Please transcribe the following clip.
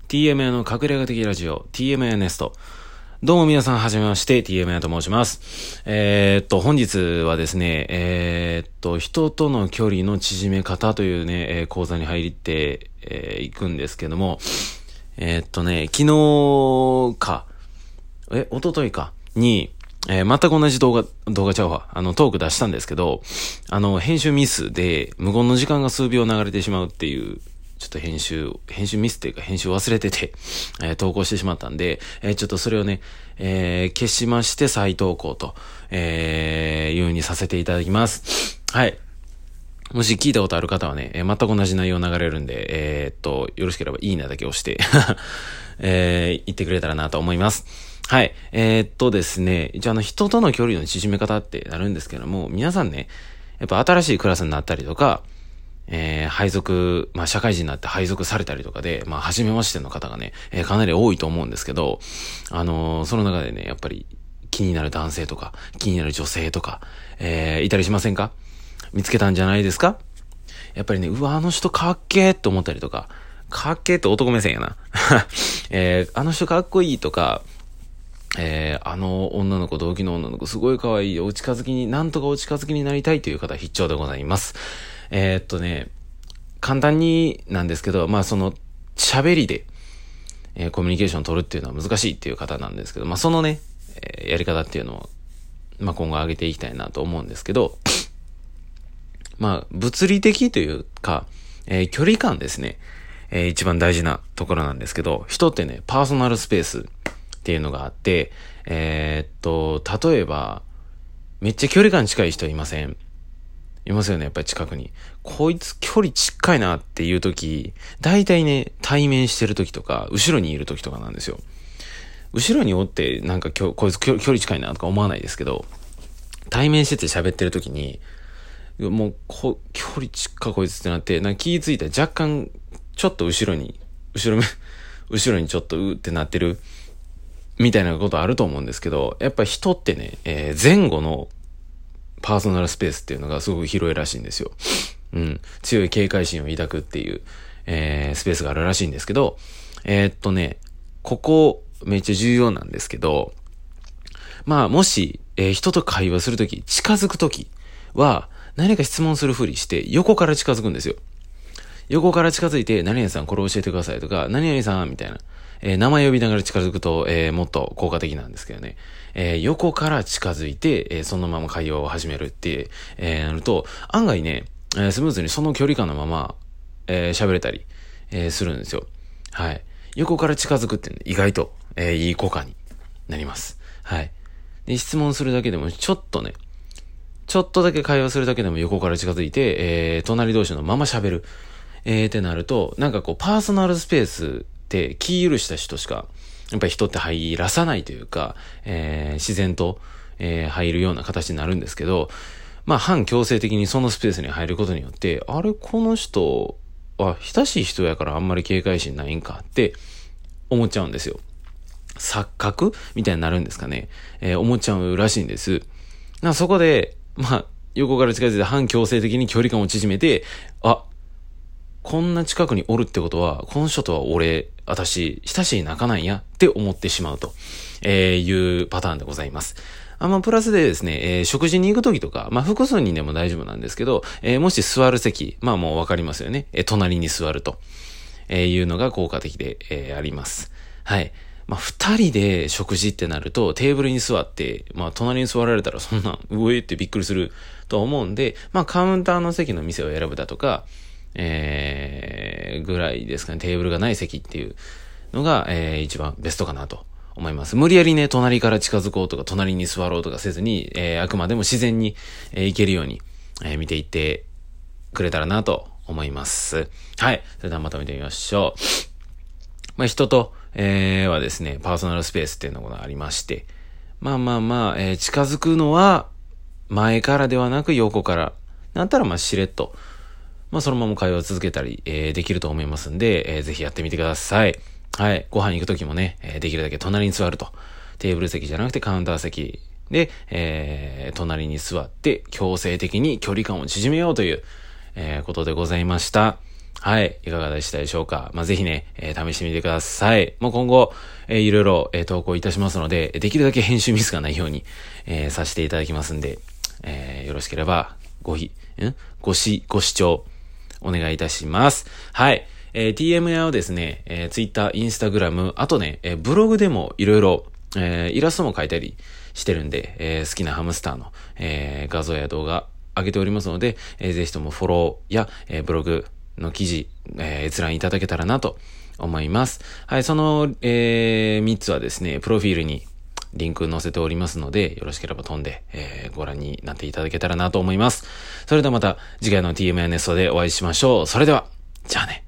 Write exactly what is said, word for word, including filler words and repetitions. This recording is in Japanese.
ティーエムエー の隠れ家的ラジオ ティーエムエー ネスト。どうも皆さんはじめまして ティーエムエー と申します。えー、っと本日はですねえー、っと人との距離の縮め方というね、えー、講座に入ってい、えー、くんですけども、えー、っとね昨日かえ一昨日かにえー、全く同じ動画、動画ちゃうわ。あの、トーク出したんですけど、あの、編集ミスで、無言の時間が数秒流れてしまうっていう、ちょっと編集、編集ミスっていうか、編集忘れてて、えー、投稿してしまったんで、えー、ちょっとそれをね、えー、消しまして再投稿と、えー、いう風にさせていただきます。はい。もし聞いたことある方はね、えー、全く同じ内容流れるんで、えー、っと、よろしければいいねだけ押して、えー、言ってくれたらなと思います。はい。えー、っとですね、一応あの人との距離の縮め方ってなるんですけども、皆さんね、やっぱ新しいクラスになったりとか、えー、配属、まあ社会人になって配属されたりとかで、まあ初めましての方がね、えー、かなり多いと思うんですけど、あのー、その中でね、やっぱり気になる男性とか、気になる女性とか、えー、いたりしませんか？見つけたんじゃないですか？やっぱりね、うわ、あの人かっけーって思ったりとか、かっけーって男目線やな。えー、あの人かっこいいとか、えー、あの女の子、同期の女の子、すごい可愛い、お近づきに、なんとかお近づきになりたいという方、必聴でございます。えー、っとね、簡単になんですけど、まあその、喋りで、えー、コミュニケーションを取るっていうのは難しいっていう方なんですけど、まあそのね、えー、やり方っていうのを、まあ今後上げていきたいなと思うんですけど、まあ物理的というか、えー、距離感ですね、えー、一番大事なところなんですけど、人ってね、パーソナルスペース、っていうのがあって、えー、っと、例えば、めっちゃ距離感近い人いません？いますよね、やっぱり近くに。こいつ距離近いなっていう時、大体ね、対面してる時とか、後ろにいる時とかなんですよ。後ろにおって、なんかこいつ距離近いなとか思わないですけど、対面してて喋ってる時に、もうこ、距離近いこいつってなって、なんか気ぃついたら若干、ちょっと後ろに、後ろめ、後ろにちょっとうーってなってる、みたいなことあると思うんですけど、やっぱ人ってね、えー、前後のパーソナルスペースっていうのがすごく広いらしいんですよ。うん。強い警戒心を抱くっていう、えー、スペースがあるらしいんですけど、えー、っとね、ここめっちゃ重要なんですけど、まあもし、えー、人と会話するとき、近づくときは、何か質問するふりして横から近づくんですよ。横から近づいて、何々さんこれ教えてくださいとか、何々さんみたいな。えー、名前呼びながら近づくと、えー、もっと効果的なんですけどね。えー、横から近づいて、えー、そのまま会話を始めるって、えー、なると、案外ね、えー、スムーズにその距離感のまま、えー、喋れたり、えー、するんですよ。はい。横から近づくって、ね、意外と、えー、いい効果になります。はい。で、質問するだけでも、ちょっとね、ちょっとだけ会話するだけでも横から近づいて、えー、隣同士のまま喋る。えー、ってなると、なんかこう、パーソナルスペースって気許した人しか、やっぱり人って入らさないというか、えー、自然と、えー、入るような形になるんですけど、まあ、反強制的にそのスペースに入ることによって、あれ、この人は親しい人やからあんまり警戒心ないんかって思っちゃうんですよ。錯覚みたいになるんですかね。えー、思っちゃうらしいんです。なそこで、まあ、横から近づいて反強制的に距離感を縮めて、あ、こんな近くにおるってことは、この人とは俺、私、親しい仲なんやって思ってしまうと、えー、いうパターンでございます。あまあ、プラスでですね、えー、食事に行くときとか、まあ、複数人でも大丈夫なんですけど、えー、もし座る席、まあもうわかりますよね。えー、隣に座ると、えー、いうのが効果的で、えー、あります。はい。まあ、二人で食事ってなると、テーブルに座って、まあ、隣に座られたらそんな、うえってびっくりすると思うんで、まあ、カウンターの席の店を選ぶだとか、えー、ぐらいですかね、テーブルがない席っていうのが、えー、一番ベストかなと思います。無理やりね、隣から近づこうとか、隣に座ろうとかせずに、えー、あくまでも自然に、えー、行けるように、えー、見ていってくれたらなと思います。はい。それではまとめてみましょう。まあ、人と、えー、はですね、パーソナルスペースっていうのがありまして、まあまあまあ、えー、近づくのは、前からではなく横から、なったらまあしれっと、まあそのまま会話を続けたり、えー、できると思いますんで、えー、ぜひやってみてください。はい。ご飯行くときもね、えー、できるだけ隣に座ると。テーブル席じゃなくてカウンター席で、えー、隣に座って強制的に距離感を縮めようという、えー、ことでございました。 はい。いかがでしたでしょうか。まあ、ぜひね、えー、試してみてください。もう今後、えー、いろいろ、えー、投稿いたしますので、できるだけ編集ミスがないように、えー、させていただきますんで、えー、よろしければ、ごひ、んごし、ご視聴、お願いいたします。はい。えー、ティーエム やをですね、えー、Twitter、Instagram、あとね、えー、ブログでもいろいろ、えー、イラストも描いたりしてるんで、えー、好きなハムスターの、えー、画像や動画上げておりますので、えー、ぜひともフォローや、えー、ブログの記事、えー、閲覧いただけたらなと思います。はい、その、えー、みっつはですね、プロフィールにリンク載せておりますので、よろしければ飛んで、えー、ご覧になっていただけたらなと思います。それではまた次回の ティーエム やネストでお会いしましょう。それでは、じゃあね。